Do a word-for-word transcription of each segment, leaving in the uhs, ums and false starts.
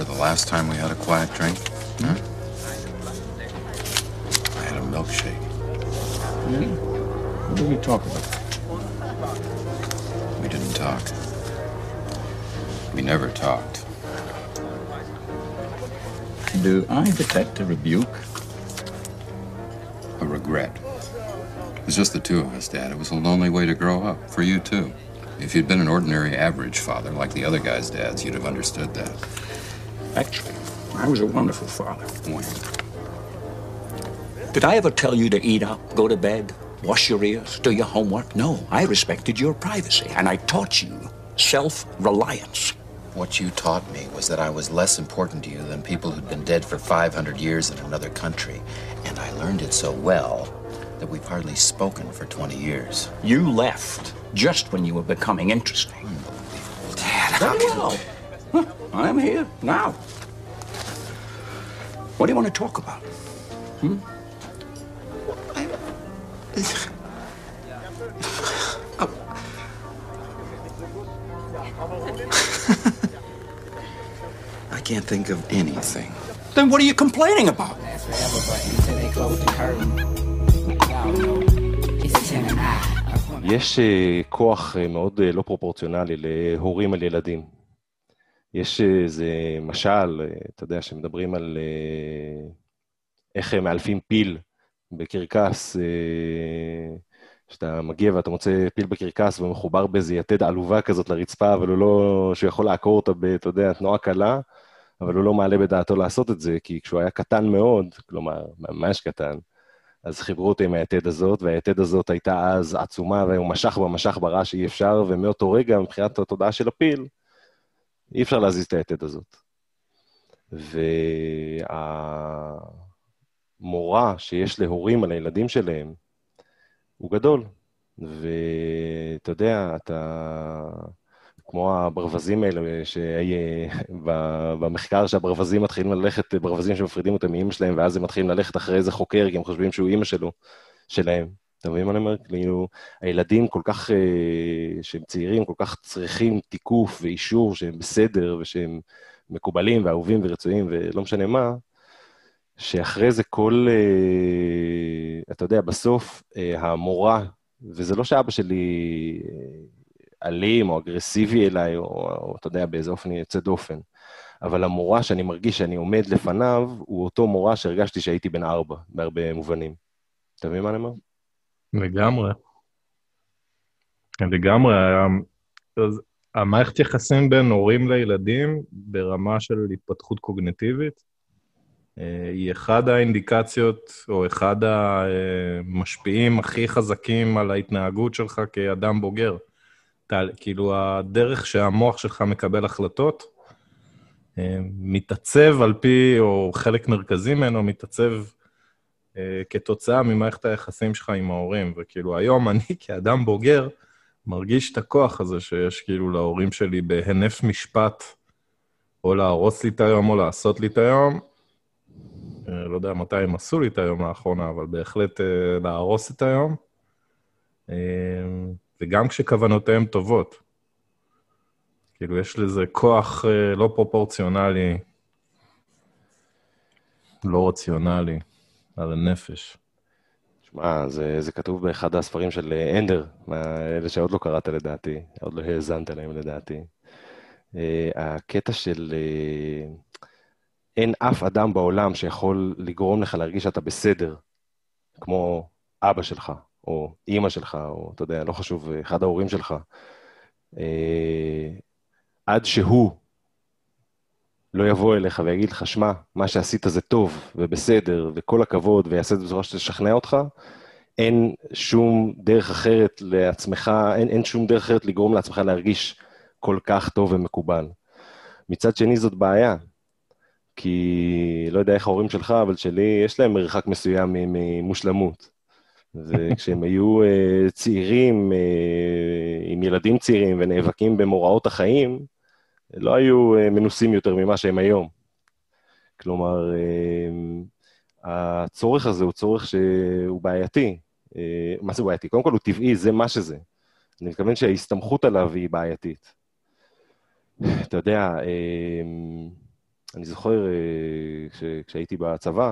the last time we had a quiet drink? Huh? I had a milkshake. Really? What did we talk about? We didn't talk. We never talked. Do I detect a rebuke? A regret. It was just the two of us, Dad. It was a lonely way to grow up. For you, too. If you'd been an ordinary average father, like the other guys' dads, you'd have understood that. Actually, I was a wonderful father. When? Did I ever tell you to eat up, go to bed, wash your ears, do your homework? No, I respected your privacy, and I taught you self-reliance. What you taught me was that I was less important to you than people who'd been dead for five hundred years in another country. And I learned it so well that we've hardly spoken for twenty years. You left just when you were becoming interesting. Unbelievable. Dad, how Very can... well. Huh, I'm here now. What do you want to talk about? Hmm? I can't think of anything. Then what are you complaining about? יש אה, כוח אה, מאוד אה, לא פרופורציונלי להורים על ילדים. יש איזה משל, אה, אתה יודע, שמדברים על אה, איך הם מאלפים פיל בקרקס, אה, שאתה מגיע ואתה מוצא פיל בקרקס ומחובר באיזה יתד עלובה כזאת לרצפה, אבל הוא לא, שהוא יכול לעקור אותה, ב, אתה יודע, תנועה קלה, אבל הוא לא מעלה בדעתו לעשות את זה, כי כשהוא היה קטן מאוד, כלומר, ממש קטן, אז חיברו אותי עם היתד הזאת, והיתד הזאת הייתה אז עצומה, והוא משך בה, משך ברע שאי אפשר, ומאותו רגע, מבחינת התודעה של הפיל, אי אפשר להזיז את היתד הזאת. והמורה שיש להורים על הילדים שלהם, הוא גדול. ואתה יודע, אתה... כמו הברווזים האלה, שבמחקר שהברווזים מתחילים ללכת, ברווזים שמפרידים אותם מאמא שלהם, ואז הם מתחילים ללכת אחרי איזה חוקר, כי הם חושבים שהוא אמא שלו, שלהם. אתה מבין מה אני אומר? כאילו, הילדים כל כך, שהם צעירים, כל כך צריכים תיקוף ואישור שהם בסדר, ושהם מקובלים ואהובים ורצויים, ולא משנה מה, שאחרי זה כל, אתה יודע, בסוף המורה, וזה לא שאבא שלי אלים או אגרסיבי אליי, או, או אתה יודע, באיזה אופן יוצא דופן, אבל המורה שאני מרגיש שאני עומד לפניו, הוא אותו מורה שהרגשתי שהייתי בן ארבע, בהרבה מובנים. אתה מבין מה אני אומר? לגמרי. לגמרי. אז המערכת יחסים בין הורים לילדים, ברמה של התפתחות קוגניטיבית, היא אחד האינדיקציות, או אחד המשפיעים הכי חזקים על ההתנהגות שלך כאדם בוגר. כאילו, הדרך שהמוח שלך מקבל החלטות, מתעצב על פי, או חלק מרכזי ממנו, מתעצב כתוצאה ממערכת היחסים שלך עם ההורים. וכאילו, היום אני כאדם בוגר, מרגיש את הכוח הזה שיש כאילו להורים שלי בהנף משפט, או להרוס לי את היום, או לעשות לי את היום. לא יודע מתי הם עשו לי את היום לאחרונה, אבל בהחלט להרוס את היום. וגם כשכוונותיהם טובות. כאילו יש לזה כוח לא פרופורציונלי, לא רציונלי, על הנפש. שמע, זה, זה כתוב באחד הספרים של אנדר, אלה שעוד לא קראת לדעתי, עוד לא האזנת להם לדעתי. הקטע של אין אף אדם בעולם שיכול לגרום לך להרגיש שאתה בסדר, כמו אבא שלך, או אמא שלך, או אתה יודע, לא חשוב, אחד ההורים שלך, עד שהוא לא יבוא אליך ויגיד לך, שמע, מה שעשית זה טוב ובסדר, וכל הכבוד, ויעשה את זה בצורה שתשכנע אותך, אין שום דרך אחרת לעצמך, אין, אין שום דרך אחרת לגרום לעצמך להרגיש כל כך טוב ומקובל. מצד שני זאת בעיה, כי לא יודע איך ההורים שלך, אבל שלי יש להם מרחק מסוים ממושלמות. וכשהם היו uh, צעירים, uh, עם ילדים צעירים ונאבקים במוראות החיים, לא היו uh, מנוסים יותר ממה שהם היום. כלומר, uh, הצורך הזה הוא צורך שהוא בעייתי. Uh, מה זה בעייתי? קודם כל הוא טבעי, זה מה שזה. אני מתכוון שההסתמכות עליו היא בעייתית. אתה יודע, uh, אני אני זוכר כש, כשהייתי בצבא,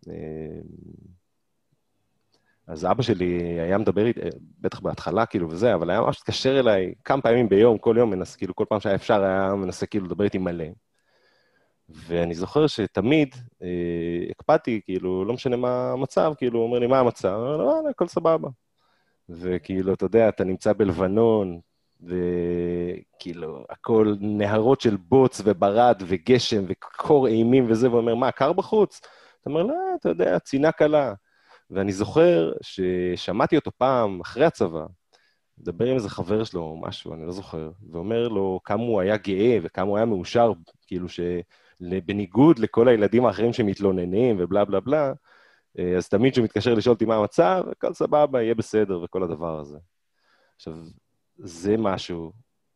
אז אבא שלי היה מדבר איתי, בטח בהתחלה כאילו וזה, אבל היה ממש מתקשר אליי כמה פעמים ביום, כל יום מנסה, כאילו כל פעם שהיה אפשר היה מנסה כאילו לדבר איתי מלא. ואני זוכר שתמיד אה, הקפדתי, כאילו, לא משנה מה המצב, כאילו, הוא אומר לי, מה המצב? הוא אומר לי, וואלה, הכל סבבה. וכאילו, אתה יודע, אתה נמצא בלבנון, וכאילו, הכל נהרות של בוץ וברד וגשם וקור אימים וזה, והוא אומר, מה, קר בחוץ? אתה אומר, לא, אתה יודע, צינה קלה. ואני זוכר ששמעתי אותו פעם, אחרי הצבא, מדבר עם איזה חבר שלו או משהו, אני לא זוכר, ואומר לו כמה הוא היה גאה וכמה הוא היה מאושר, כאילו שבניגוד לכל הילדים האחרים שמתלוננים ובלה בלה בלה, אז תמיד שהוא מתקשר לשאול אותי מה המצב, הכל סבבה, יהיה בסדר וכל הדבר הזה. עכשיו, זה משהו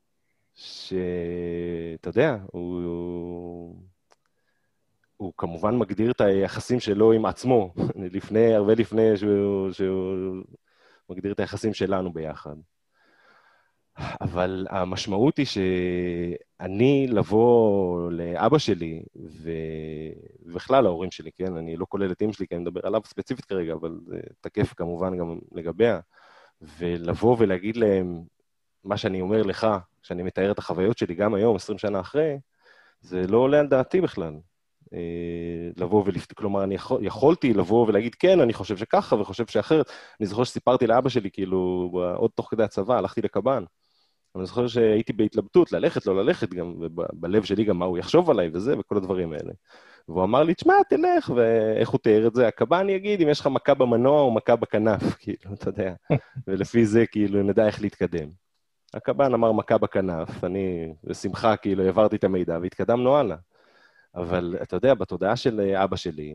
שאתה יודע, הוא, הוא, הוא כמובן מגדיר את היחסים שלו עם עצמו, לפני, הרבה לפני שהוא, שהוא מגדיר את היחסים שלנו ביחד. אבל המשמעות היא שאני לבוא לאבא שלי, ובכלל להורים שלי, כן? אני לא כולל את אמא שלי, כי אני מדבר עליו ספציפית כרגע, אבל זה תקף כמובן גם לגביה, ולבוא ולהגיד להם מה שאני אומר לך, כשאני מתאר את החוויות שלי גם היום, עשרים שנה אחרי, זה לא עולה על דעתי בכלל. לבוא ולפת... כלומר, אני יכול... יכולתי לבוא ולהגיד, כן, אני חושב שככה וחושב שאחרת. אני זוכר שסיפרתי לאבא שלי, כאילו, עוד תוך כדי הצבא, הלכתי לקב"ן. אני זוכר שהייתי בהתלבטות, ללכת, לא ללכת, גם, ובלב שלי גם מה הוא יחשוב עליי וזה, וכל הדברים האלה. והוא אמר לי, תשמע, תלך, ואיך הוא תיאר את זה? הקב"ן יגיד, אם יש לך מכה במנוע או מכה בכנף, כאילו, אתה יודע. ולפי זה, כאילו, נדע איך להתקדם. הקב"ן אמר מכה בכנף, אני, בשמחה, כאילו, העברתי את המידע, והתקדמנו הלאה. אבל אתה יודע, בתודעה של אבא שלי,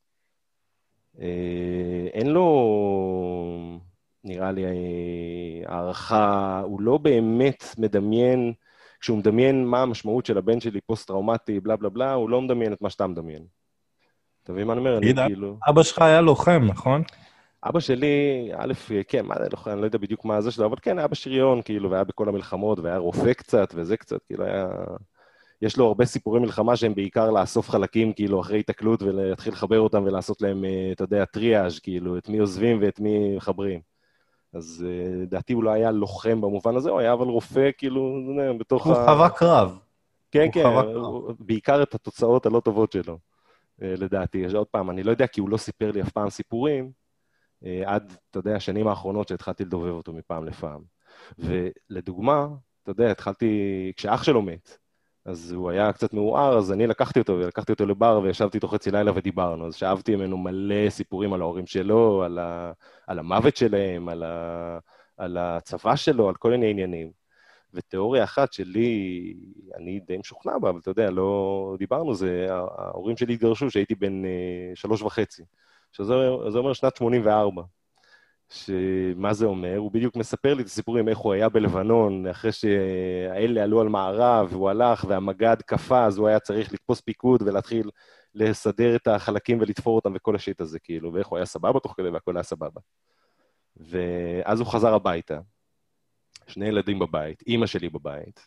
אין לו, נראה לי, הערכה, הוא לא באמת מדמיין, כשהוא מדמיין מה המשמעות של הבן שלי פוסט-טראומטי, בלה בלה בלה, הוא לא מדמיין את מה שאתה מדמיין. אתה מבין מה אני אומר? אני כאילו... אבא שלך היה לוחם, נכון? אבא שלי, א', כן, מה זה לוחם, אני לא יודע בדיוק מה זה שלו, אבל כן, היה בשריון, כאילו, והיה בכל המלחמות, והיה רופא קצת, וזה קצת, כאילו, היה... יש לו הרבה סיפורי מלחמה שהם בעיקר לאסוף חלקים, כאילו, אחרי התקלות, ולהתחיל לחבר אותם ולעשות להם, אתה יודע, טריאז', כאילו, את מי עוזבים ואת מי מחברים. אז דעתי הוא לא היה לוחם במובן הזה, הוא היה אבל רופא, כאילו, בתוך ה... הוא חווה קרב. כן, כן, בעיקר את התוצאות הלא טובות שלו, לדעתי. עוד פעם, אני לא יודע, כי הוא לא סיפר לי אף פעם סיפורים, עד, אתה יודע, השנים האחרונות שהתחלתי לדובב אותו מפעם לפעם. ולדוגמה, אתה יודע, התחלתי, כשאח שלו מת, אז הוא היה קצת מעורער, אז אני לקחתי אותו, ולקחתי אותו לבר, וישבתי איתו חצי לילה ודיברנו. אז שאבתי ממנו מלא סיפורים על ההורים שלו, על, ה... על המוות שלהם, על, ה... על הצבא שלו, על כל מיני עניינים. ותיאוריה אחת שלי, אני די משוכנע בה, אבל אתה יודע, לא דיברנו, זה ההורים שלי התגרשו, שהייתי בן uh, שלוש וחצי. שזה זה אומר שנת שמונים וארבע. שמה זה אומר? הוא בדיוק מספר לי את הסיפורים, איך הוא היה בלבנון, אחרי שהאלה עלו על מערב, והוא הלך, והמגד קפא, אז הוא היה צריך לתפוס פיקוד ולהתחיל לסדר את החלקים ולתפור אותם וכל השיט הזה, כאילו, ואיך הוא היה סבבה תוך כדי, והכל היה סבבה. ואז הוא חזר הביתה, שני ילדים בבית, אמא שלי בבית,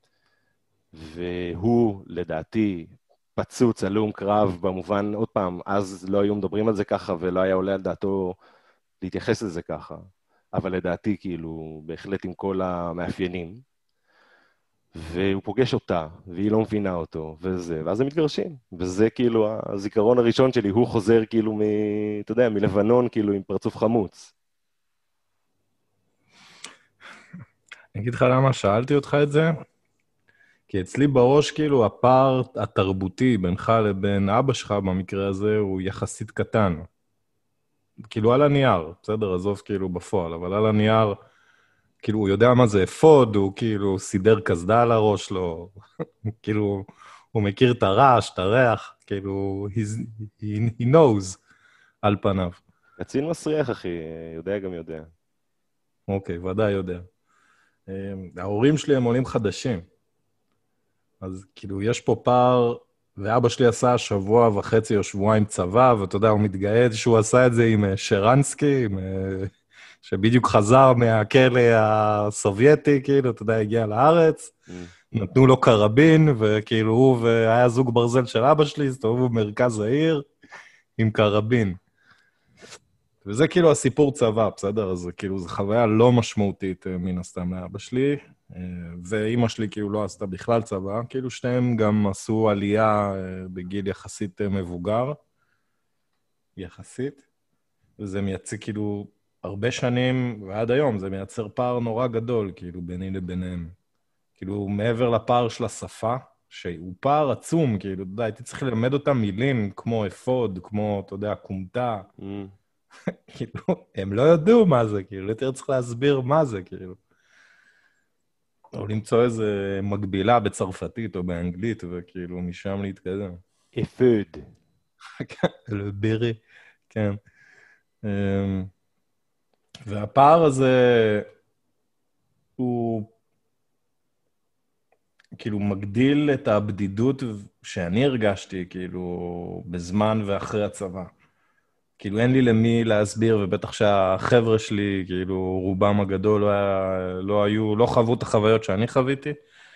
והוא, לדעתי, פצוץ, הלום קרב, במובן, עוד פעם, אז לא היו מדברים על זה ככה, ולא היה עולה על דעתו להתייחס לזה ככה, אבל לדעתי, כאילו, בהחלט עם כל המאפיינים, והוא פוגש אותה, והיא לא מבינה אותו, וזה, ואז הם מתגרשים, וזה כאילו הזיכרון הראשון שלי, הוא חוזר כאילו מ... אתה יודע, מלבנון, כאילו, עם פרצוף חמוץ. אני אגיד לך למה שאלתי אותך את זה, כי אצלי בראש, כאילו, הפער התרבותי בינך לבין אבא שלך במקרה הזה, הוא יחסית קטן. כאילו על הנייר, בסדר, עזוב כאילו בפועל, אבל על הנייר, כאילו הוא יודע מה זה אפוד, הוא כאילו סידר כסדה על הראש שלו, כאילו הוא מכיר את הרעש, את הריח, כאילו he, he knows על פניו. קצין מסריח, אחי, יודע גם יודע. אוקיי, ודאי יודע. ההורים שלי הם עולים חדשים, אז כאילו יש פה פער, ואבא שלי עשה שבוע וחצי או שבועיים צבא, ואתה יודע, הוא מתגאה שהוא עשה את זה עם שרנסקי, עם, שבדיוק חזר מהכלא הסובייטי, כאילו, אתה יודע, הגיע לארץ, mm. נתנו לו קרבין, וכאילו הוא והיה זוג ברזל של אבא שלי, הסתובבו במרכז העיר עם קרבין. וזה כאילו הסיפור צבא, בסדר? אז כאילו זו חוויה לא משמעותית מן הסתם לאבא שלי, ואימא שלי כאילו לא עשתה בכלל צבא, כאילו שניהם גם עשו עלייה בגיל יחסית מבוגר, יחסית, וזה מייצא כאילו הרבה שנים, ועד היום זה מייצר פער נורא גדול, כאילו ביני לביניהם. כאילו מעבר לפער של השפה, שהוא פער עצום, כאילו, אתה יודע, הייתי צריך ללמד אותם מילים כמו אפוד, כמו, אתה יודע, קומטה, mm. כאילו, הם לא ידעו מה זה, כאילו, יותר צריך להסביר מה זה, כאילו. או למצוא איזה מקבילה בצרפתית או באנגלית, וכאילו, משם להתקדם. אפוד. לבירי, כן. והפער הזה, הוא כאילו מגדיל את הבדידות שאני הרגשתי, כאילו, בזמן ואחרי הצבא. כאילו, אין לי למי להסביר, ובטח שהחבר'ה שלי, כאילו, רובם הגדול לא, היה, לא היו, לא חוו את החוויות שאני חוויתי.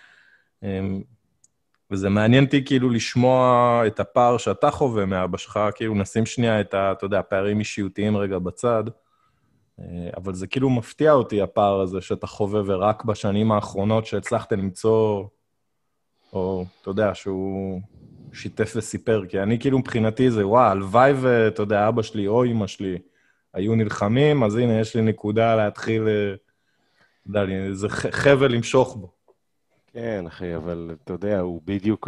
וזה מעניין אותי, כאילו, לשמוע את הפער שאתה חווה מאבא שלך, כאילו, נשים שנייה את ה, אתה יודע, הפערים אישיותיים רגע בצד, אבל זה כאילו מפתיע אותי, הפער הזה שאתה חווה, ורק בשנים האחרונות שהצלחת למצוא, או, אתה יודע, שהוא שיתף וסיפר, כי אני כאילו מבחינתי זה, וואה, הלוואי ואתה יודע, אבא שלי או אמא שלי היו נלחמים, אז הנה, יש לי נקודה להתחיל, אתה יודע, זה חבל למשוך בו. כן, אחי, אבל אתה יודע, הוא בדיוק,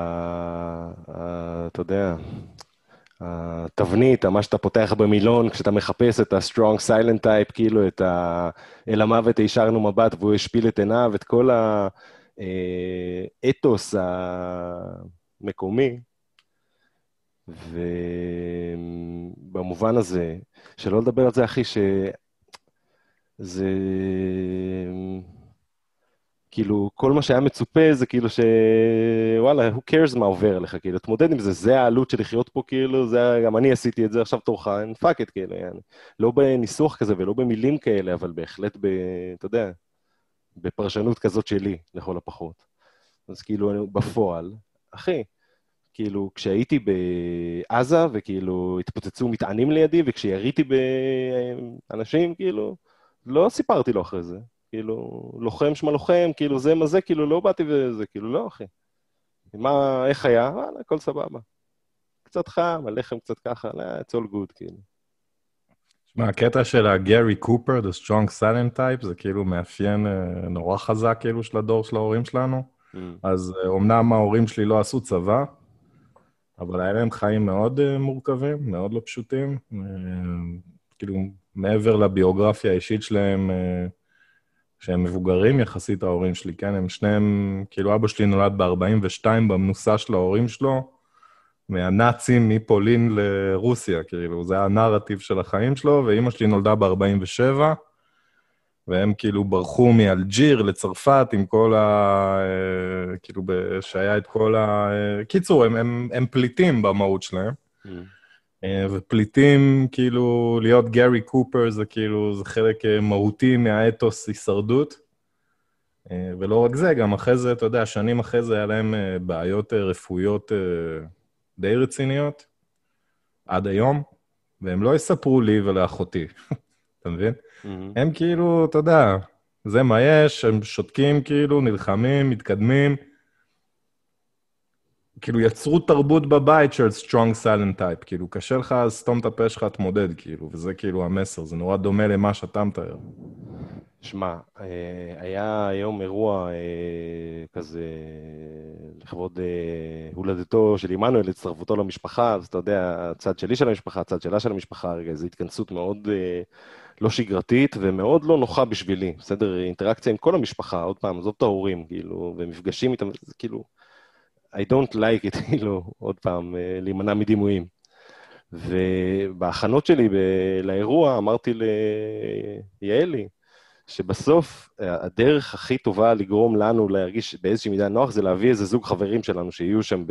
אתה יודע, התבנית, מה שאתה פותח במילון, כשאתה מחפש את ה-strong silent type, כאילו את ה... אל המוות הישרנו מבט, והוא השפיל את עיניו, את כל האתוס המקומי, ובמובן הזה, שלא לדבר על זה, אחי, שזה... כאילו, כל מה שהיה מצופה זה כאילו ש... וואלה, who cares מה עובר לך, כאילו, תמודד עם זה, זה העלות של לחיות פה, כאילו, זה, גם אני עשיתי את זה, עכשיו תורך, and fuck it, כאילו, yani. לא בניסוח כזה ולא במילים כאלה, אבל בהחלט, ב, אתה יודע, בפרשנות כזאת שלי, לכל הפחות. אז כאילו, בפועל, אחי, כאילו, כשהייתי בעזה, וכאילו, התפוצצו מטענים לידי, וכשיריתי באנשים, כאילו, לא סיפרתי לו אחרי זה. כאילו, לוחם שמה לוחם, כאילו זה מה זה, כאילו לא באתי וזה, כאילו לא, אחי. מה, איך היה? וואלה, הכל סבבה. קצת חם, הלחם קצת ככה, לא, it's all good, כאילו. שמה, הקטע של הגרי קופר, the strong silent type, זה כאילו מאפיין נורא חזק, כאילו, של הדור של ההורים שלנו. Mm. אז אומנם ההורים שלי לא עשו צבא, אבל היה להם חיים מאוד מורכבים, מאוד לא פשוטים. כאילו, מעבר לביוגרפיה האישית שלהם, שהם מבוגרים יחסית ההורים שלי, כן? הם שניהם, כאילו אבא שלי נולד ב-ארבעים ושתיים במנוסה של ההורים שלו, מהנאצים מפולין לרוסיה, כאילו, זה הנרטיב של החיים שלו, ואמא שלי נולדה ב-ארבעים ושבע, והם כאילו ברחו מאלג'יר לצרפת עם כל ה... כאילו, שהיה את כל ה... קיצור, הם, הם, הם פליטים במהות שלהם. Mm. ופליטים, כאילו, להיות גרי קופר זה כאילו, זה חלק מהותי מהאתוס הישרדות. ולא רק זה, גם אחרי זה, אתה יודע, שנים אחרי זה היה להם בעיות רפואיות די רציניות, עד היום, והם לא יספרו לי ולאחותי, אתה מבין? Mm-hmm. הם כאילו, אתה יודע, זה מה יש, הם שותקים כאילו, נלחמים, מתקדמים, כאילו יצרו תרבות בבית של strong silent type, כאילו קשה לך, סתום את הפה שלך, תמודד, כאילו, וזה כאילו המסר, זה נורא דומה למה שאתה מתאר. שמע, היה היום אירוע כזה, לכבוד הולדתו של עמנואל, הצטרפותו למשפחה, אז אתה יודע, הצד שלי של המשפחה, הצד שלה של המשפחה, רגע, זו התכנסות מאוד לא שגרתית ומאוד לא נוחה בשבילי, בסדר, אינטראקציה עם כל המשפחה, עוד פעם, זאת ההורים, כאילו, ומפגשים איתם, זה כאילו, I don't like it, כאילו, עוד פעם, להימנע מדימויים. ובהכנות שלי לאירוע אמרתי ליעלי, שבסוף הדרך הכי טובה לגרום לנו להרגיש באיזושהי מידה נוח, זה להביא איזה זוג חברים שלנו שיהיו שם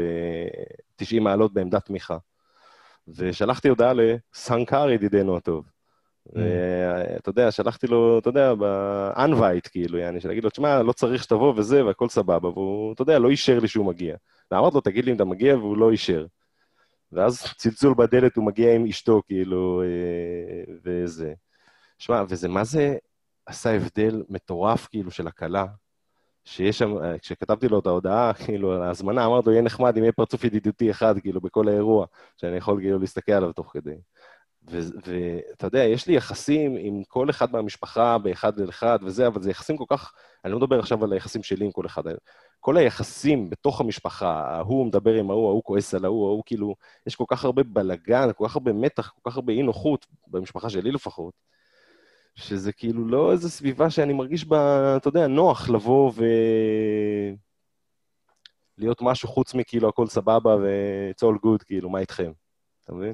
ב-תשעים מעלות בעמדת תמיכה. ושלחתי הודעה לסנקר ידידנו הטוב. ואתה יודע, שלחתי לו, אתה יודע, ב-unvite, כאילו, יעני, שלהגיד לו, תשמע, לא צריך שתבוא וזה, והכל סבבה, והוא, אתה יודע, לא אישר לי שהוא מגיע. ואמרתי לו, תגיד לי אם אתה מגיע, והוא לא אישר. ואז צלצול בדלת, הוא מגיע עם אשתו, כאילו, וזה. שמע, וזה מה זה עשה הבדל מטורף, כאילו, של הקלה, שיש שם, כשכתבתי לו את ההודעה, כאילו, על ההזמנה, אמרתי לו, יהיה נחמד אם יהיה פרצוף ידידותי אחד, כאילו, בכל האירוע, שאני יכול, כאילו, להסתכל עליו תוך כדי. ואתה יודע, יש לי יחסים עם כל אחד מהמשפחה באחד לאחד וזה, אבל זה יחסים כל כך, אני לא מדבר עכשיו על היחסים שלי עם כל אחד, כל היחסים בתוך המשפחה, ההוא מדבר עם ההוא, ההוא כועס על ההוא, ההוא כאילו, יש כל כך הרבה בלגן, כל כך הרבה מתח, כל כך הרבה אי נוחות, במשפחה שלי לפחות, שזה כאילו לא איזו סביבה שאני מרגיש בה, אתה יודע, נוח לבוא ו... להיות משהו חוץ מכאילו הכל סבבה ו-it's all good, כאילו, מה איתכם? אתה מבין?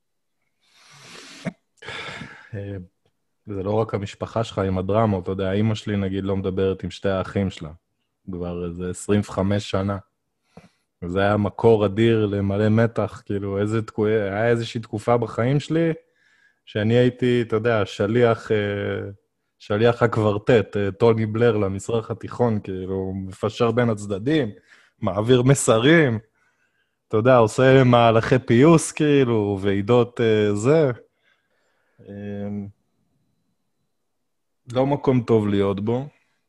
זה לא רק המשפחה שלך עם הדרמה, אתה יודע, האמא שלי נגיד לא מדברת עם שתי האחים שלה, כבר איזה עשרים וחמש שנה. וזה היה מקור אדיר למלא מתח, כאילו איזה תקופה, היה איזושהי תקופה בחיים שלי, שאני הייתי, אתה יודע, שליח, שליח הקוורטט, טוני בלר למזרח התיכון, כאילו, מפשר בין הצדדים, מעביר מסרים, אתה יודע, עושה מהלכי פיוס, כאילו, ועידות זה. לא מקום טוב להיות בו,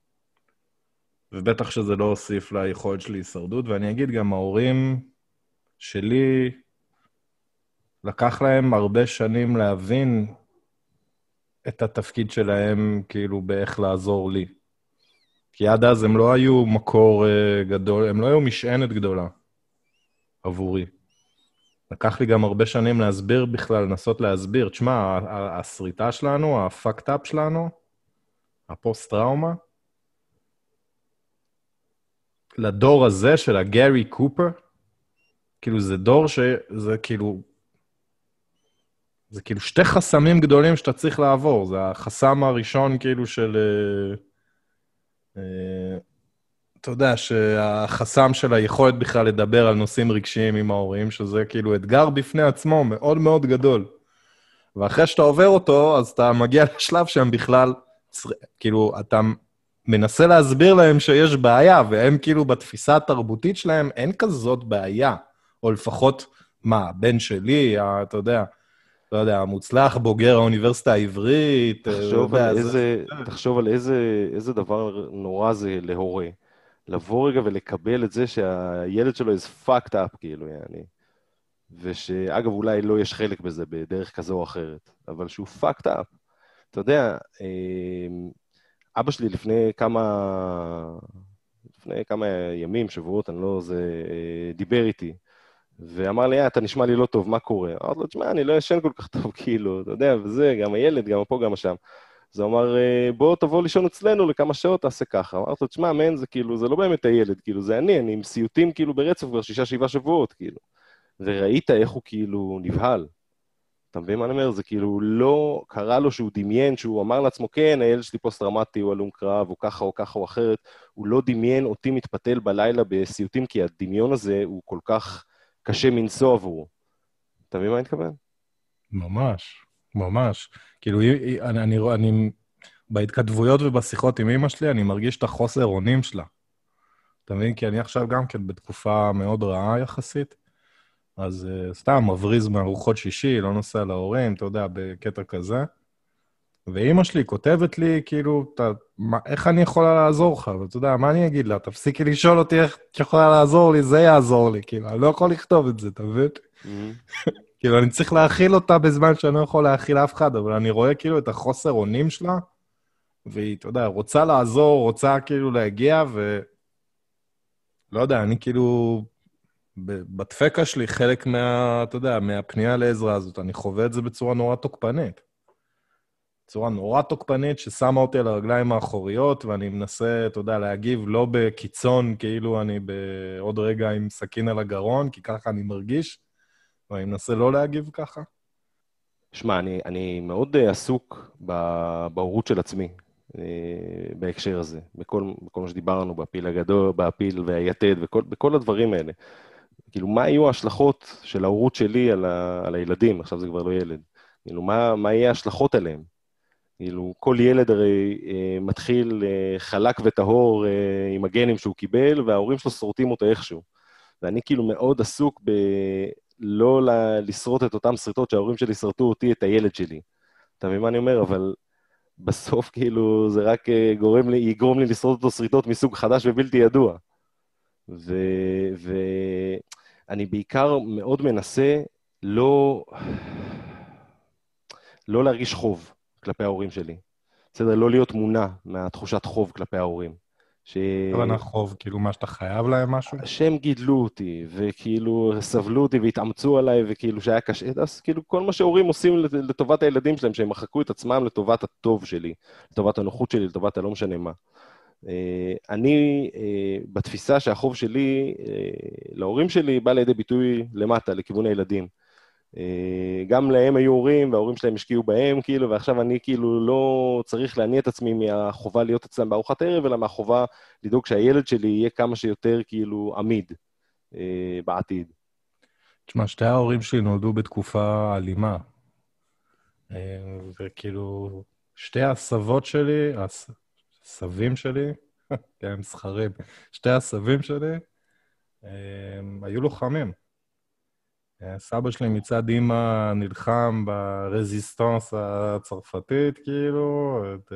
ובטח שזה לא הוסיף ליכולת שלי הישרדות, ואני אגיד גם, ההורים שלי, לקח להם הרבה שנים להבין את התפקיד שלהם, כאילו, באיך לעזור לי. כי עד אז הם לא היו מקור גדול, הם לא היו משענת גדולה עבורי. לקח לי גם הרבה שנים להסביר בכלל, לנסות להסביר. תשמע, הסריטה שלנו, הפאקט-אפ שלנו, הפוסט-טראומה, לדור הזה של הגרי קופר, כאילו זה דור שזה כאילו, זה כאילו שתי חסמים גדולים שאתה צריך לעבור. זה החסם הראשון כאילו של, אה, אה, אתה יודע, שהחסם של היכולת בכלל לדבר על נושאים רגשיים עם ההורים, שזה כאילו אתגר בפני עצמו מאוד מאוד גדול. ואחרי שאתה עובר אותו, אז אתה מגיע לשלב שהם בכלל, כאילו, אתה מנסה להסביר להם שיש בעיה, והם כאילו בתפיסה התרבותית שלהם, אין כזאת בעיה. או לפחות, מה, הבן שלי, אתה יודע, לא יודע, המוצלח, בוגר האוניברסיטה העברית. תחשוב על איזה, תחשוב על איזה, איזה דבר נורא זה להורה. לבוא רגע ולקבל את זה שהילד שלו is fucked up, כאילו, יעני. ושאגב, אולי לא יש חלק בזה בדרך כזו או אחרת, אבל שהוא fucked up. אתה יודע, אבא שלי לפני כמה, לפני כמה ימים, שבועות, אני לא, זה דיבר איתי, ואמר לי, אתה נשמע לי לא טוב, מה קורה? אמרתי לו, תשמע, אני לא ישן כל כך טוב, כאילו, אתה יודע, וזה, גם הילד, גם פה, גם שם. אז הוא אמר, בוא תבוא לישון אצלנו לכמה שעות, תעשה ככה. אמרתי לו, תשמע, מן, זה כאילו, זה לא באמת הילד, כאילו, זה אני, אני עם סיוטים כאילו ברצף כבר שישה, שבעה שבועות, כאילו. וראית איך הוא כאילו נבהל. אתה מבין מה אני אומר? זה כאילו לא קרה לו שהוא דמיין, שהוא אמר לעצמו, כן, הילד שלי פוסט-טראומטי, הוא הלום קרב, הוא ככה או ככה או אחרת. הוא לא דמיין אותי מתפתל בלילה בסיוטים, כי הדמיון הזה הוא כל כך קשה מנסוע עבורו. אתה מבין מה אני מתכוון? ממש, ממש. כאילו, אני, אני, אני, בהתכתבויות ובשיחות עם אמא שלי, אני מרגיש את החוסר אונים שלה. אתה מבין? כי אני עכשיו גם כן בתקופה מאוד רעה יחסית, אז uh, סתם מבריז מארוחות שישי, לא נוסע להורים, אתה יודע, בקטע כזה. ואמא שלי כותבת לי, כאילו, אתה, מה, איך אני יכולה לעזור לך? ואתה יודע, מה אני אגיד לה? תפסיקי לשאול אותי איך את יכולה לעזור לי, זה יעזור לי. כאילו, אני לא יכול לכתוב את זה, אתה מבין? Mm-hmm. כאילו, אני צריך להאכיל אותה בזמן שאני לא יכול להאכיל אף אחד, אבל אני רואה כאילו את החוסר אונים שלה, והיא, אתה יודע, רוצה לעזור, רוצה כאילו להגיע, ו... לא יודע, אני כאילו... בדפקה שלי חלק מה, אתה יודע, מהפנייה לעזרה הזאת, אני חווה את זה בצורה נורא תוקפנית. בצורה נורא תוקפנית ששמה אותי על הרגליים האחוריות, ואני מנסה, אתה יודע, להגיב לא בקיצון, כאילו אני בעוד רגע עם סכין על הגרון, כי ככה אני מרגיש, ואני מנסה לא להגיב ככה. שמע, אני, אני מאוד עסוק בהורות של עצמי, בהקשר הזה, בכל, בכל מה שדיברנו, בפיל הגדול, בפיל והיתד, וכל, בכל הדברים האלה. כאילו, מה יהיו ההשלכות של ההורות שלי על, ה, על הילדים? עכשיו זה כבר לא ילד. כאילו, מה, מה יהיה ההשלכות עליהם? כאילו, כל ילד הרי אה, מתחיל אה, חלק וטהור אה, עם הגנים שהוא קיבל, וההורים שלו שורטים אותו איכשהו. ואני כאילו מאוד עסוק ב... לא ל- לשרוט את אותם שריטות שההורים שלי שרטו אותי, את הילד שלי. אתה מבין מה אני אומר? אבל בסוף כאילו זה רק אה, גורם לי, יגרום לי לשרוט אותו שריטות מסוג חדש ובלתי ידוע. ואני בעיקר מאוד מנסה לא, לא להרגיש חוב כלפי ההורים שלי. בסדר, לא להיות מונע מהתחושת חוב כלפי ההורים. ש... אבל החוב, כאילו מה שאתה חייב להם משהו? שהם גידלו אותי, וכאילו סבלו אותי והתאמצו עליי, וכאילו שהיה קשה, אז כאילו כל מה שהורים עושים לטובת הילדים שלהם, שהם מחקו את עצמם לטובת הטוב שלי, לטובת הנוחות שלי, לטובת הלא משנה מה. אני, בתפיסה שהחוב שלי להורים שלי, בא לידי ביטוי למטה, לכיוון הילדים. גם להם היו הורים, וההורים שלהם השקיעו בהם, כאילו, ועכשיו אני כאילו לא צריך להניע את עצמי מהחובה להיות אצלם בארוחת ערב, אלא מהחובה לדאוג שהילד שלי יהיה כמה שיותר כאילו עמיד אה, בעתיד. תשמע, שתי ההורים שלי נולדו בתקופה אלימה, אה, וכאילו, שתי הסבות שלי, הסבים שלי, כן, הם זכרים, שתי הסבים שלי, אה, היו לוחמים. סבא שלי מצד אמא נלחם ברזיסטנס הצרפתית, כאילו, את,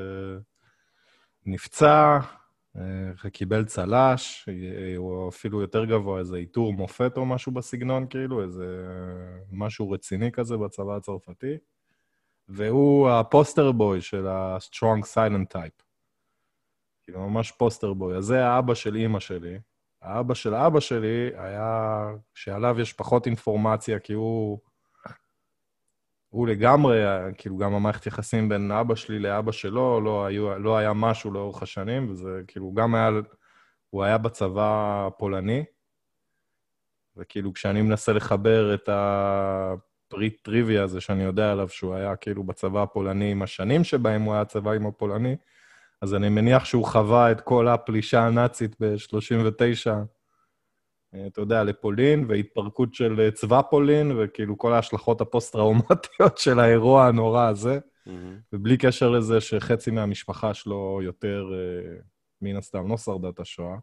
נפצע, קיבל צלש, הוא אפילו יותר גבוה, איזה איתור מופת או משהו בסגנון, כאילו, איזה משהו רציני כזה בצבא הצרפתי, והוא הפוסטר בוי של ה-strong silent type. כאילו, ממש פוסטר בוי. אז זה האבא של אמא שלי. האבא של אבא שלי היה, שעליו יש פחות אינפורמציה, כי הוא, הוא לגמרי, כאילו גם המערכת יחסים בין אבא שלי לאבא שלו, לא, היו, לא היה משהו לאורך השנים, וזה כאילו גם היה, הוא היה בצבא הפולני, וכאילו כשאני מנסה לחבר את הפריט טריוויה הזה, שאני יודע עליו שהוא היה כאילו בצבא הפולני עם השנים שבהם הוא היה צבא עם הפולני, אז אני מניח שהוא חווה את כל הפלישה הנאצית ב-שלושים ותשע, אתה יודע, לפולין, והתפרקות של צבא פולין, וכאילו כל ההשלכות הפוסט-טראומטיות של האירוע הנורא הזה, mm-hmm. ובלי קשר לזה שחצי מהמשפחה שלו יותר, מן הסתם, לא שרדת השואה.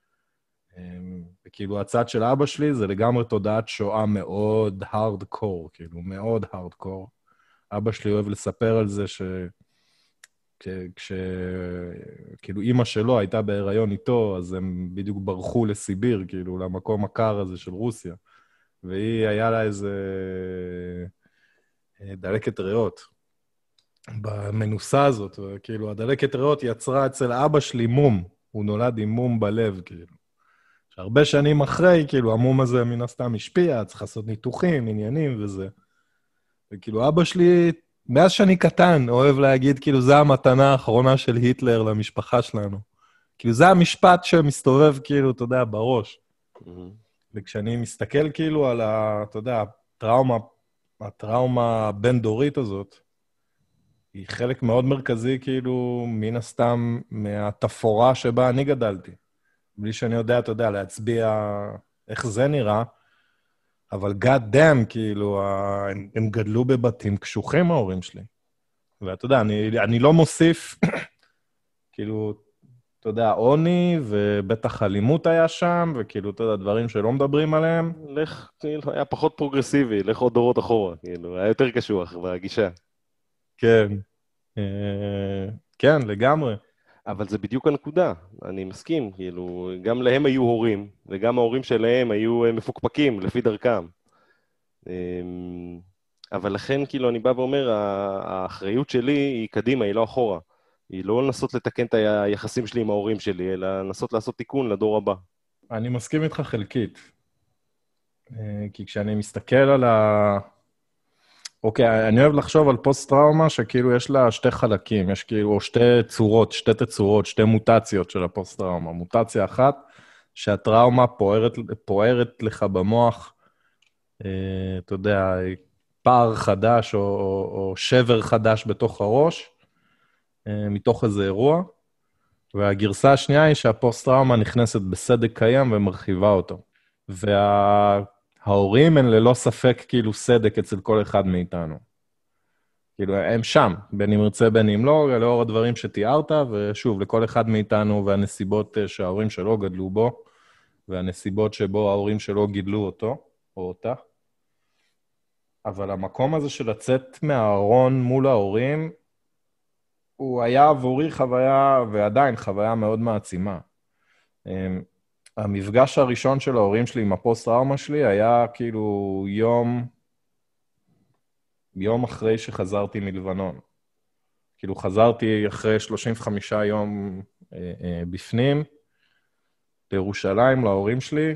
וכאילו הצד של אבא שלי זה לגמרי תודעת שואה מאוד הארדקור, כאילו מאוד הארדקור. אבא שלי אוהב לספר על זה ש... כש... כאילו, אמא שלו הייתה בהיריון איתו, אז הם בדיוק ברחו לסיביר, כאילו, למקום הקר הזה של רוסיה. והיא, היה לה איזה דלקת ריאות במנוסה הזאת, כאילו, הדלקת ריאות יצרה אצל אבא שלי מום, הוא נולד עם מום בלב, כאילו. שהרבה שנים אחרי, כאילו, המום הזה מן הסתם השפיע, צריך לעשות ניתוחים, עניינים וזה. וכאילו, אבא שלי... מאז שאני קטן, אוהב להגיד, כאילו, זה המתנה האחרונה של היטלר למשפחה שלנו. כאילו, זה המשפט שמסתובב, כאילו, אתה יודע, בראש. Mm-hmm. וכשאני מסתכל, כאילו, על ה... אתה יודע, הטראומה, הטראומה הבין-דורית הזאת, היא חלק מאוד מרכזי, כאילו, מן הסתם, מהתפאורה שבה אני גדלתי. בלי שאני יודע, אתה יודע, להצביע איך זה נראה, אבל God damn, כאילו, הם, הם גדלו בבתים קשוחים, ההורים שלי. ואתה יודע, אני, אני לא מוסיף, כאילו, אתה יודע, עוני, ובטח אלימות היה שם, וכאילו, אתה יודע, דברים שלא מדברים עליהם. לך, כאילו, היה פחות פרוגרסיבי, לך עוד דורות אחורה, כאילו, היה יותר קשוח בגישה. כן. כן, לגמרי. אבל זה בדיוק הנקודה, אני מסכים, כאילו, גם להם היו הורים, וגם ההורים שלהם היו מפוקפקים לפי דרכם. אבל לכן, כאילו, אני בא ואומר, האחריות שלי היא קדימה, היא לא אחורה. היא לא לנסות לתקן את היחסים שלי עם ההורים שלי, אלא לנסות לעשות תיקון לדור הבא. אני מסכים איתך חלקית. כי כשאני מסתכל על ה... אוקיי, אני אוהב לחשוב על פוסט-טראומה שכאילו יש לה שתי חלקים, יש כאילו, או שתי צורות, שתי תצורות, שתי מוטציות של הפוסט-טראומה. מוטציה אחת, שהטראומה פוערת, פוערת לך במוח, אה, אתה יודע, פער חדש או, או, או שבר חדש בתוך הראש, אה, מתוך איזה אירוע, והגרסה השנייה היא שהפוסט-טראומה נכנסת בסדק קיים ומרחיבה אותו. וה... ההורים הם ללא ספק כאילו סדק אצל כל אחד מאיתנו. כאילו, הם שם, בין אם ירצה, בין אם לא, לאור הדברים שתיארת, ושוב, לכל אחד מאיתנו והנסיבות שההורים שלו גדלו בו, והנסיבות שבו ההורים שלו גידלו אותו, או אותה. אבל המקום הזה של לצאת מהארון מול ההורים, הוא היה עבורי חוויה, ועדיין חוויה מאוד מעצימה. המפגש הראשון של ההורים שלי עם הפוסט-טראומה שלי היה כאילו יום, יום אחרי שחזרתי מלבנון. כאילו חזרתי אחרי שלושים וחמישה יום אה, אה, בפנים, לירושלים, להורים שלי.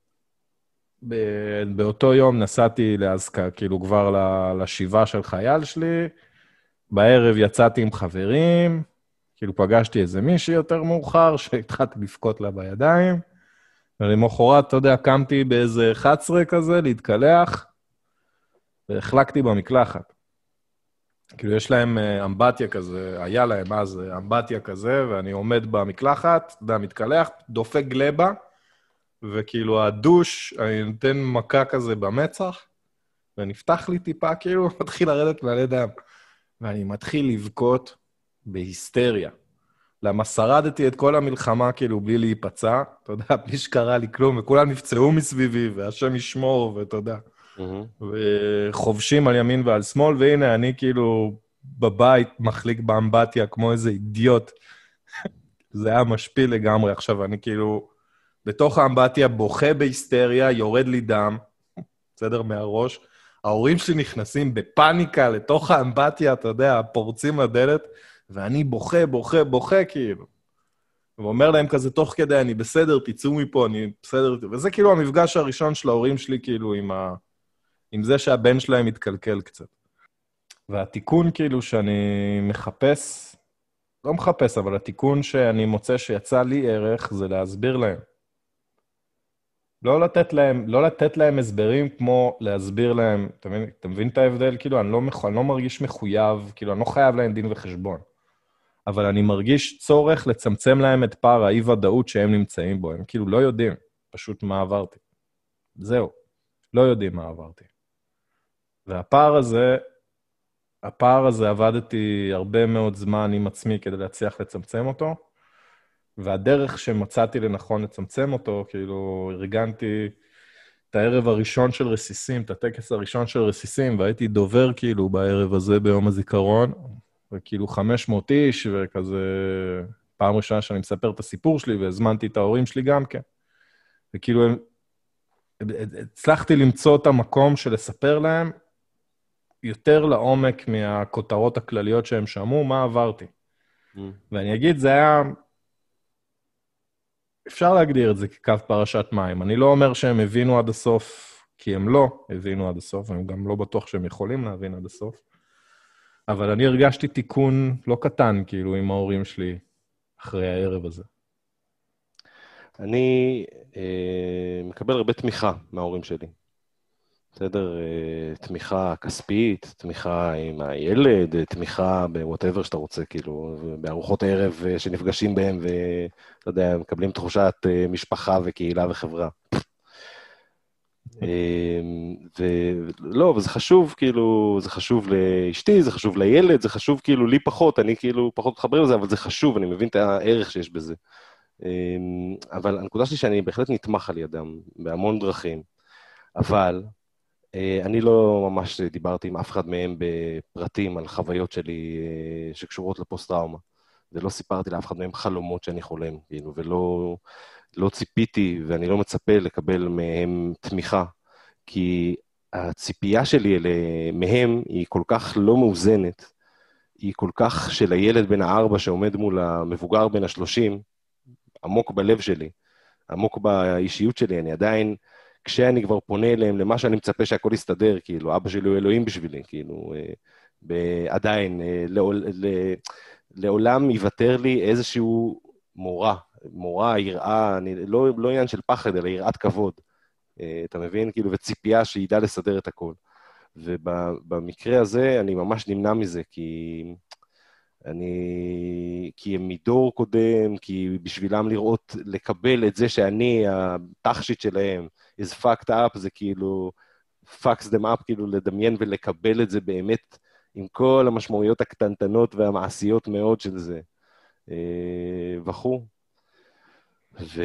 באותו יום נסעתי להזכר, כאילו כבר לשבעה של חייל שלי, בערב יצאתי עם חברים, כאילו פגשתי איזה מישהי יותר מאוחר, שהתחלתי לפקוט לה בידיים, ולמחרת, אתה יודע, קמתי באיזה אחת עשרה כזה, להתקלח, והחלקתי במקלחת. כאילו יש להם אמבטיה כזה, היה להם אז אמבטיה כזה, ואני עומד במקלחת, אתה יודע, מתקלח, דופק גלבה, וכאילו הדוש, אני נותן מכה כזה במצח, ונפתח לי טיפה, כאילו, מתחיל לרדת מעלי דם. ואני מתחיל לבכות בהיסטריה. למה שרדתי את כל המלחמה, כאילו, בלי להיפצע, אתה יודע, בלי שקרה לי כלום, וכולם נפצעו מסביבי, והשם ישמור, ואתה יודע. Mm-hmm. וחובשים על ימין ועל שמאל, והנה, אני כאילו בבית מחליק באמבטיה, כמו איזה אידיוט. זה היה משפיל לגמרי. עכשיו, אני כאילו... בתוך האמבטיה בוכה בהיסטריה, יורד לי דם, בסדר, מהראש. ההורים שלי נכנסים בפאניקה לתוך האמבטיה, אתה יודע, פורצים לדלת, ואני בוכה, בוכה, בוכה, כאילו. ואומר להם כזה, תוך כדי, אני בסדר, תצאו מפה, אני בסדר. וזה כאילו המפגש הראשון של ההורים שלי, כאילו, עם, ה... עם זה שהבן שלהם מתקלקל קצת. והתיקון, כאילו, שאני מחפש, לא מחפש, אבל התיקון שאני מוצא שיצא לי ערך, זה להסביר להם. לא לתת להם, לא לתת להם הסברים כמו להסביר להם, אתה מבין, אתה מבין את ההבדל? כאילו, אני לא, אני לא מרגיש מחויב, כאילו, אני לא חייב להם דין וחשבון. אבל אני מרגיש צורך לצמצם להם את פער האי-ודאות שהם נמצאים בו. הם כאילו לא יודעים פשוט מה עברתי. זהו, לא יודעים מה עברתי. והפער הזה, הפער הזה עבדתי הרבה מאוד זמן עם עצמי כדי להצליח לצמצם אותו, והדרך שמצאתי לנכון לצמצם אותו, כאילו ארגנתי את הערב הראשון של רסיסים, את הטקס הראשון של רסיסים, והייתי דובר כאילו בערב הזה ביום הזיכרון, וכאילו חמש מאות איש, וכזה פעם ראשונה שאני מספר את הסיפור שלי, והזמנתי את ההורים שלי גם כן. וכאילו הצלחתי למצוא את המקום של לספר להם יותר לעומק מהכותרות הכלליות שהם שמעו, מה עברתי. Mm. ואני אגיד, זה היה... אפשר להגדיר את זה כקו פרשת מים. אני לא אומר שהם הבינו עד הסוף, כי הם לא הבינו עד הסוף, אני גם לא בטוח שהם יכולים להבין עד הסוף. אבל אני הרגשתי תיקון לא קטן, כאילו, עם ההורים שלי, אחרי הערב הזה. אני אה, מקבל הרבה תמיכה מההורים שלי. בסדר? אה, תמיכה כספית, תמיכה עם הילד, תמיכה ב-whatever שאתה רוצה, כאילו, בארוחות ערב שנפגשים בהם, ואתה יודע, מקבלים תחושת אה, משפחה וקהילה וחברה. ולא, וזה חשוב, כאילו, זה חשוב לאשתי, זה חשוב לילד, זה חשוב כאילו לי פחות, אני כאילו פחות מתחבר לזה, אבל זה חשוב, אני מבין את הערך שיש בזה. אבל הנקודה שלי שאני בהחלט נתמך על ידם, בהמון דרכים, אבל אני לא ממש דיברתי עם אף אחד מהם בפרטים על חוויות שלי שקשורות לפוסט-טראומה, ולא סיפרתי לאף אחד מהם חלומות שאני חולם, כאילו, ולא... לא ציפיתי, ואני לא מצפה לקבל מהם תמיכה, כי הציפייה שלי מהם היא כל כך לא מאוזנת, היא כל כך של הילד בן הארבע שעומד מול המבוגר בן השלושים, עמוק בלב שלי, עמוק באישיות שלי, אני עדיין, כשאני כבר פונה אליהם למה שאני מצפה שהכל יסתדר, כאילו, אבא שלי הוא אלוהים בשבילי, כאילו, עדיין, לעול, לעולם יוותר לי איזשהו מורה, מורה, יראה, אני, לא, לא עניין של פחד, אלא יראת כבוד. אתה מבין? כאילו, וציפייה שידע לסדר את הכל. ובמקרה הזה, אני ממש נמנע מזה, כי אני, כי הם מדור קודם, כי בשבילם לראות, לקבל את זה שאני, התחשית שלהם, is fucked up, זה כאילו, fucks them up, כאילו, לדמיין ולקבל את זה באמת עם כל המשמעויות הקטנטנות והמעשיות מאוד של זה. וכו'. ו...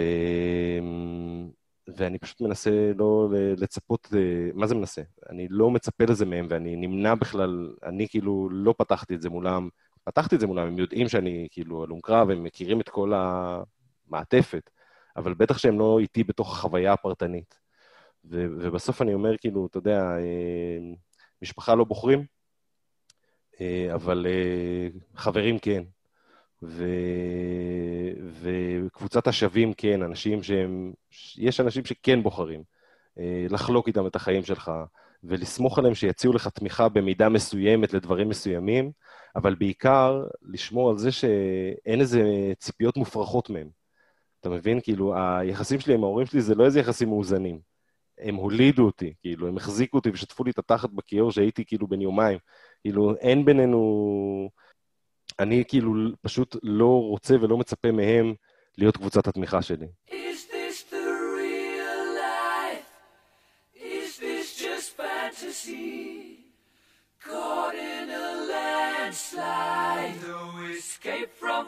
ואני פשוט מנסה לא לצפות, מה זה מנסה? אני לא מצפה לזה מהם, ואני נמנע בכלל, אני כאילו לא פתחתי את זה מולם, פתחתי את זה מולם, הם יודעים שאני כאילו הלום קרב, הם מכירים את כל המעטפת, אבל בטח שהם לא איתי בתוך החוויה הפרטנית. ו... ובסוף אני אומר כאילו, אתה יודע, משפחה לא בוחרים, אבל חברים כן. ו... וקבוצת השווים כן, אנשים שהם, יש אנשים שכן בוחרים לחלוק איתם את החיים שלך, ולסמוך עליהם שיציעו לך תמיכה במידה מסוימת לדברים מסוימים, אבל בעיקר לשמור על זה שאין איזה ציפיות מופרכות מהם. אתה מבין? כאילו, היחסים שלי עם ההורים שלי זה לא איזה יחסים מאוזנים. הם הולידו אותי, כאילו, הם החזיקו אותי ושטפו לי את התחת בכיור שהייתי כאילו בן יומיים. כאילו, אין בינינו... אני כאילו פשוט לא רוצה ולא מצפה מהם להיות קבוצת התמיכה שלי. Is this the real life? Is this just fantasy? Caught in a landslide, no escape from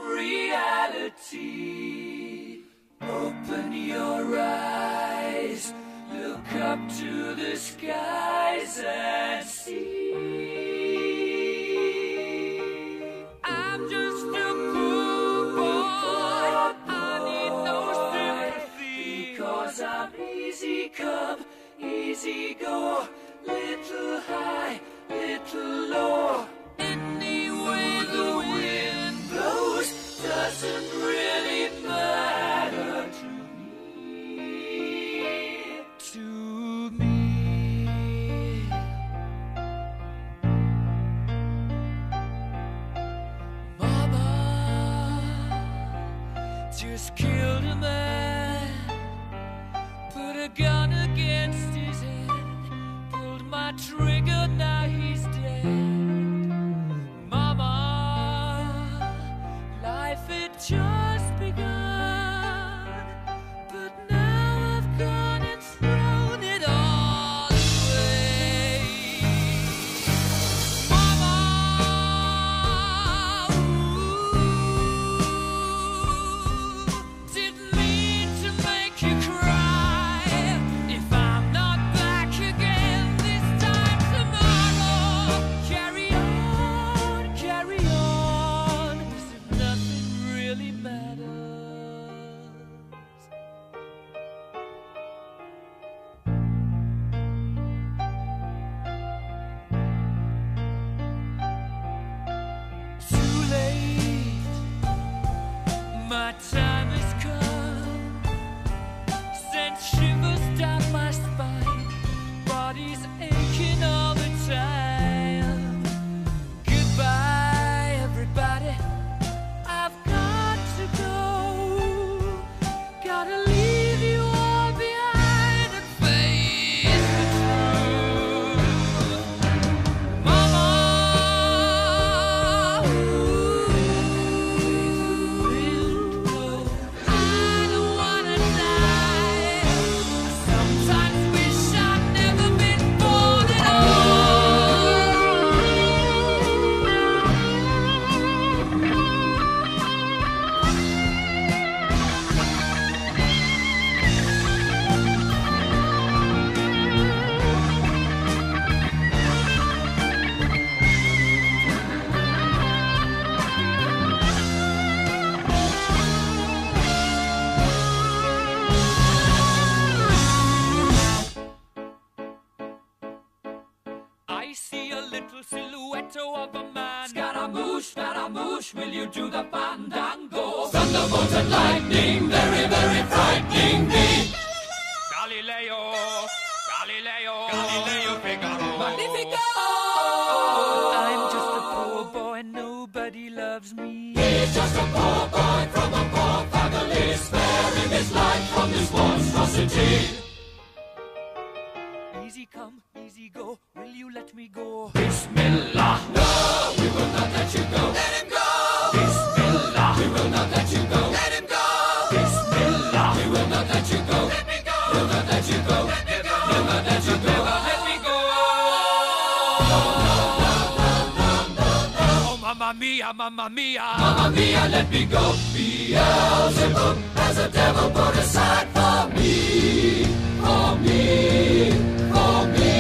reality. Open your eyes, look up to the skies and see. Come, easy go, little high, little low. Any way the wind blows doesn't really matter to me, to me. Mama just killed a man, put a gun against his head, pulled my trigger, now he's dead. Mama, life had just begun, but now I've gone and thrown it all away. Mama, ooh, didn't mean to make you cry. If I'm not back again this time tomorrow, carry on, carry on, as if nothing really matters. Too late, my time has come, sent shivers down my spine, body's aching all the time. Goodbye, everybody, I've got to go, gotta leave you all behind and face the truth. Mama, ooh, I don't wanna die. I sometimes wish I'd never been born at I see a little silhouette of a man. Scaramouche, Scaramouche, will you do the fandango? Thunderbolt and lightning, very, very frightening me. Galileo, Galileo, Galileo Figaro. Magnifico! I'm just a poor boy, nobody loves me. He's just a poor boy from a poor family, sparing his life from this monstrosity. Easy come, easy go, will you let me go? Bismillah, no, we will not let you go. Let him go! Bismillah, we will not let you go. Let him go! Bismillah, we will not let you go. Let me go! We'll not let you go. Let me go! We'll not let you go. Let me go! No, no, no, no, no. mia, mamma mia, mamma mia, let me go. Beelzebub has a devil put aside for me, for me, for me.